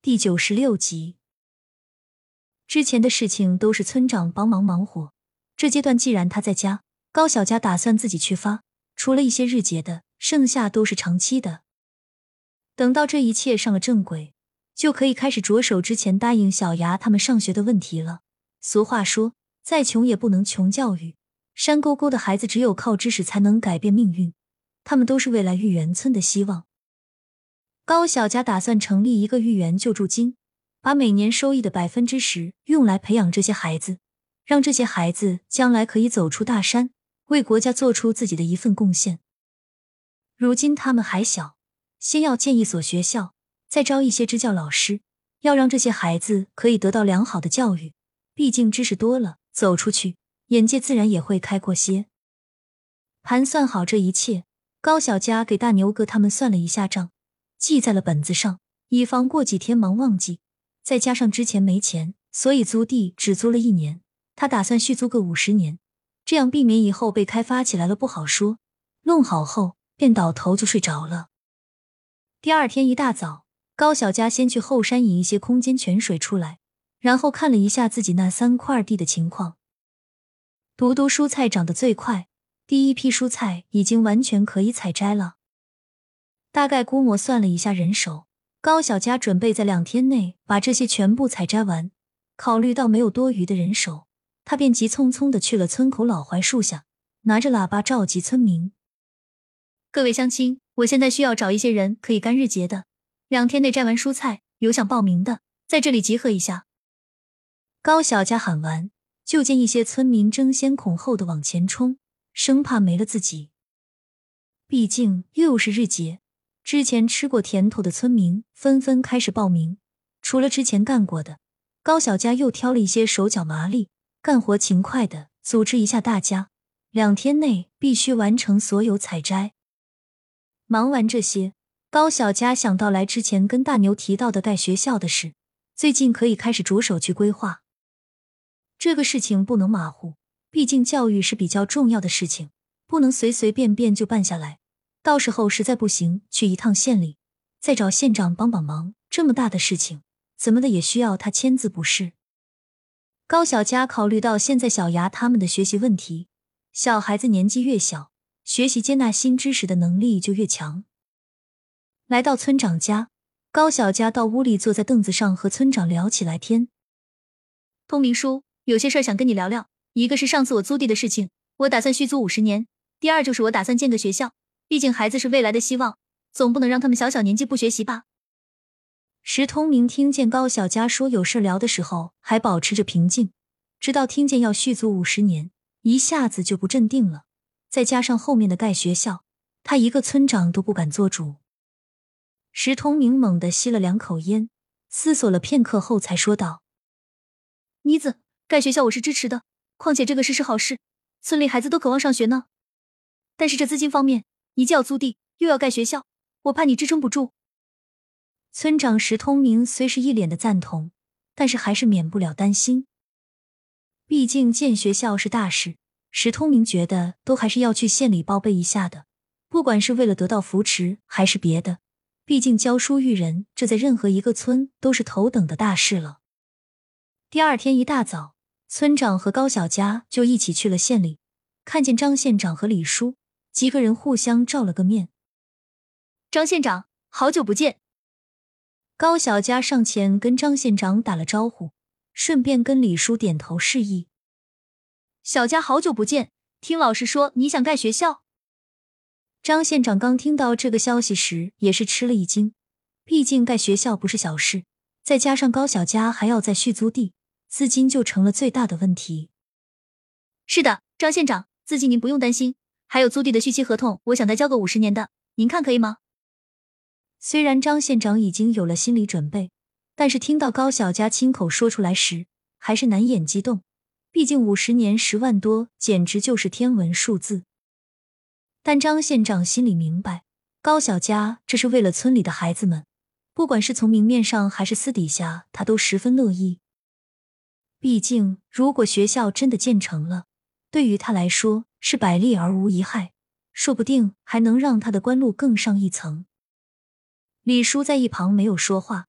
第96集。之前的事情都是村长帮忙忙活，这阶段既然他在家，高小佳打算自己去发，除了一些日结的，剩下都是长期的。等到这一切上了正轨，就可以开始着手之前答应小牙他们上学的问题了。俗话说，再穷也不能穷教育，山沟沟的孩子只有靠知识才能改变命运，他们都是未来育园村的希望。高小佳打算成立一个育园救助金，把每年收益的10%用来培养这些孩子，让这些孩子将来可以走出大山，为国家做出自己的一份贡献。如今他们还小，先要建一所学校，再招一些支教老师，要让这些孩子可以得到良好的教育，毕竟知识多了，走出去，眼界自然也会开阔些。盘算好这一切，高小佳给大牛哥他们算了一下账，记在了本子上，以防过几天忙忘记。再加上之前没钱，所以租地只租了1年，他打算续租个50年，这样避免以后被开发起来了不好说。弄好后便倒头就睡着了。第二天一大早，高小佳先去后山引一些空间泉水出来，然后看了一下自己那3块地的情况。独独蔬菜长得最快，第一批蔬菜已经完全可以采摘了。大概估摸算了一下人手，高小佳准备在2天内把这些全部采摘完。考虑到没有多余的人手，他便急匆匆地去了村口老槐树下，拿着喇叭召集村民。各位乡亲，我现在需要找一些人可以干日结的，2天内摘完蔬菜，有想报名的，在这里集合一下。高小佳喊完，就见一些村民争先恐后地往前冲，生怕没了自己。毕竟又是日结，之前吃过甜头的村民纷纷开始报名，除了之前干过的，高小佳又挑了一些手脚麻利、干活勤快的，组织一下大家，2天内必须完成所有采摘。忙完这些，高小佳想到来之前跟大牛提到的盖学校的事，最近可以开始着手去规划。这个事情不能马虎，毕竟教育是比较重要的事情，不能随随便便就办下来。到时候实在不行，去一趟县里，再找县长帮帮忙，这么大的事情，怎么的也需要他签字不是？高小佳考虑到现在小牙他们的学习问题，小孩子年纪越小，学习接纳新知识的能力就越强。来到村长家，高小佳到屋里坐在凳子上和村长聊起来天。通明叔，有些事想跟你聊聊，一个是上次我租地的事情，我打算续租50年，第二就是我打算建个学校，毕竟孩子是未来的希望，总不能让他们小年纪不学习吧。石通明听见高小佳说有事聊的时候还保持着平静，直到听见要续租50年，一下子就不镇定了，再加上后面的盖学校，他一个村长都不敢做主。石通明猛地吸了2口烟，思索了片刻后才说道：妮子，盖学校我是支持的，况且这个事是好事，村里孩子都渴望上学呢。但是这资金方面，你既要租地，又要盖学校，我怕你支撑不住。村长石通明虽是一脸的赞同，但是还是免不了担心。毕竟建学校是大事，石通明觉得都还是要去县里报备一下的，不管是为了得到扶持还是别的，毕竟教书育人，这在任何一个村都是头等的大事了。第二天一大早，村长和高小佳就一起去了县里，看见张县长和李叔，几个人互相照了个面。张县长，好久不见。高小佳上前跟张县长打了招呼，顺便跟李叔点头示意。小佳好久不见，听老师说你想盖学校。张县长刚听到这个消息时也是吃了一惊，毕竟盖学校不是小事，再加上高小佳还要再续租地，资金就成了最大的问题。是的，张县长，资金您不用担心，还有租地的续期合同，我想再交个50年的，您看可以吗？虽然张县长已经有了心理准备，但是听到高小佳亲口说出来时，还是难掩激动，毕竟50年10万多，简直就是天文数字。但张县长心里明白，高小佳这是为了村里的孩子们，不管是从明面上还是私底下，他都十分乐意。毕竟如果学校真的建成了，对于他来说是百利而无一害，说不定还能让他的官路更上一层。李叔在一旁没有说话，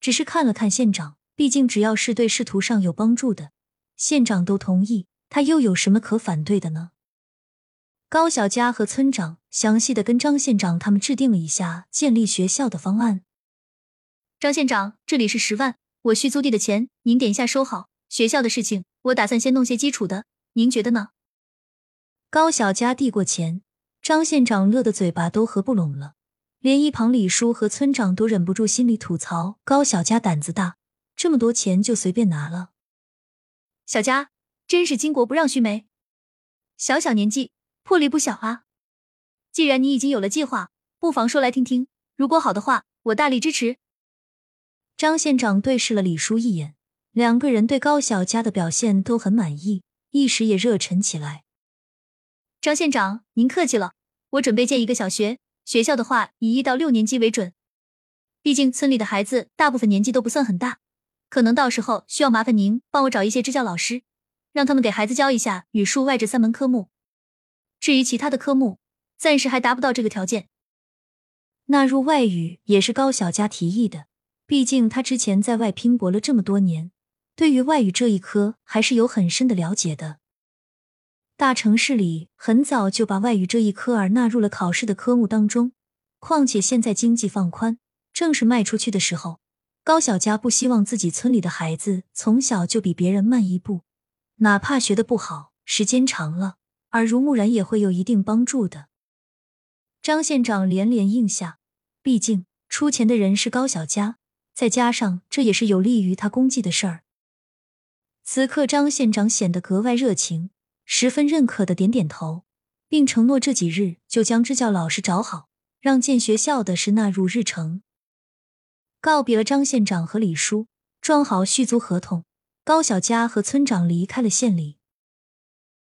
只是看了看县长，毕竟只要是对仕途上有帮助的，县长都同意，他又有什么可反对的呢？高小佳和村长详细的跟张县长他们制定了一下建立学校的方案。 张县长，这里是10万，我续租地的钱，您点一下收好。学校的事情，我打算先弄些基础的，您觉得呢？ 高小佳递过钱，张县长乐得嘴巴都合不拢了，连一旁李叔和村长都忍不住心里吐槽：高小佳胆子大，这么多钱就随便拿了。 小佳，真是巾帼不让须眉，小小年纪，魄力不小啊。既然你已经有了计划，不妨说来听听，如果好的话，我大力支持。 张县长对视了李叔一眼，两个人对高小佳的表现都很满意，一时也热忱起来。 张县长，您客气了，我准备建一个小学，学校的话以1到6年级为准。毕竟村里的孩子大部分年纪都不算很大，可能到时候需要麻烦您帮我找一些支教老师，让他们给孩子教一下语数外这3门科目。至于其他的科目，暂时还达不到这个条件。 纳入外语也是高小佳提议的，毕竟他之前在外拼搏了这么多年，对于外语这一科还是有很深的了解的。大城市里很早就把外语这一科儿纳入了考试的科目当中，况且现在经济放宽，正是迈出去的时候，高小佳不希望自己村里的孩子从小就比别人慢一步，哪怕学得不好，时间长了，耳濡目染也会有一定帮助的。张县长连连应下，毕竟出钱的人是高小佳，再加上这也是有利于他功绩的事儿。此刻张县长显得格外热情，十分认可的点点头，并承诺这几日就将支教老师找好，让建学校的事纳入日程。告别了张县长和李叔，装好续租合同，高小佳和村长离开了县里。